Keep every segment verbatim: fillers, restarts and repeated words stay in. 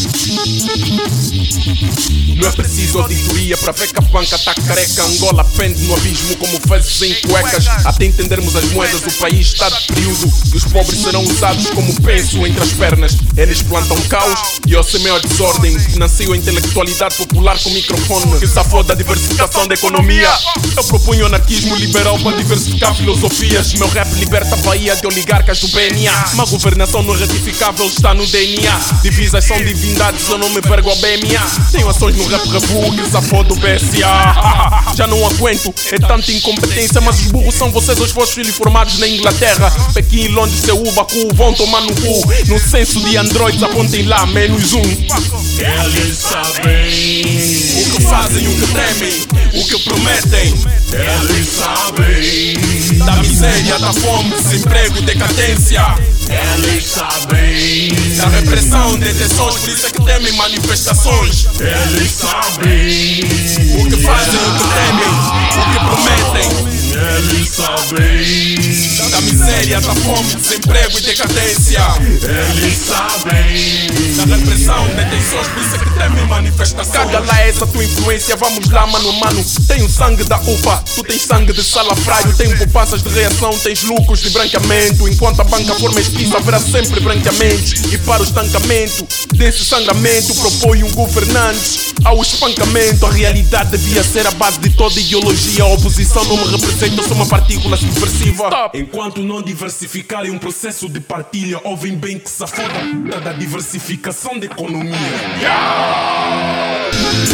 Não é preciso auditoria para ver que a banca tá careca. Angola pende no abismo como fezes em cuecas. Até entendermos as moedas, o país está de período e os pobres serão usados como penso entre as pernas. Eles plantam caos e eu semeo a desordem. Financiam a intelectualidade popular com microfone que safou da diversificação da economia. Eu propunho anarquismo liberal para diversificar filosofias. Meu rap liberta a Bahia de oligarcas do B N A. Uma governação não retificável está no D N A. Divisas são divindades, eu não me pergo ao B M A. Tenho ações no rap rebu que safou do B S A. Já não aguento, é tanta incompetência. Mas os burros são vocês, os vossos filhos formados na Inglaterra. Pequim, Londres, Seul, Baku, vão tomar no cu. No censo de androides apontem lá, menos um. Eles sabem o que fazem, o que temem, o que prometem. Eles sabem da miséria, da fome, desemprego, decadência. Eles sabem da repressão, detenções, por isso é que temem manifestações. Eles sabem o que fazem, o que temem, o que prometem. Eles sabem da miséria, da fome, desemprego e decadência. Eles sabem da repressão, detenções, por isso é que temem manifestações. Caga lá essa tua influência, vamos lá mano a mano. Tenho sangue da upa, tu tens sangue de salafrário. Tenho poupanças de reação, tens lucros de branqueamento. Enquanto a banca for mestiça, haverá sempre branqueamentos. E para o estancamento desse sangramento, propõe um governante ao espancamento. A realidade devia ser a base de toda ideologia. A oposição não me representa, eu sou uma partícula subversiva. Stop. Enquanto não diversificarem um processo de partilha, ouvem bem que se foda da diversificação da economia. Yeah!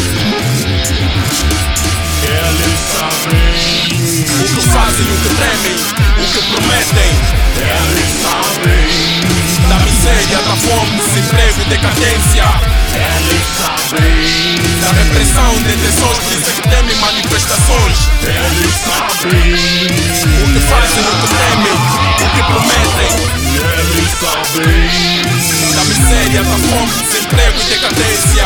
Eles sabem o que fazem, o que tremem, o que prometem. Eles sabem da miséria, da fome, desemprego e decadência. Eles sabem da repressão, detenções, por isso é que temem manifestações. Eles sabem o que fazem, o que temem, o que prometem. Eles sabem da miséria, da fome, desemprego e decadência.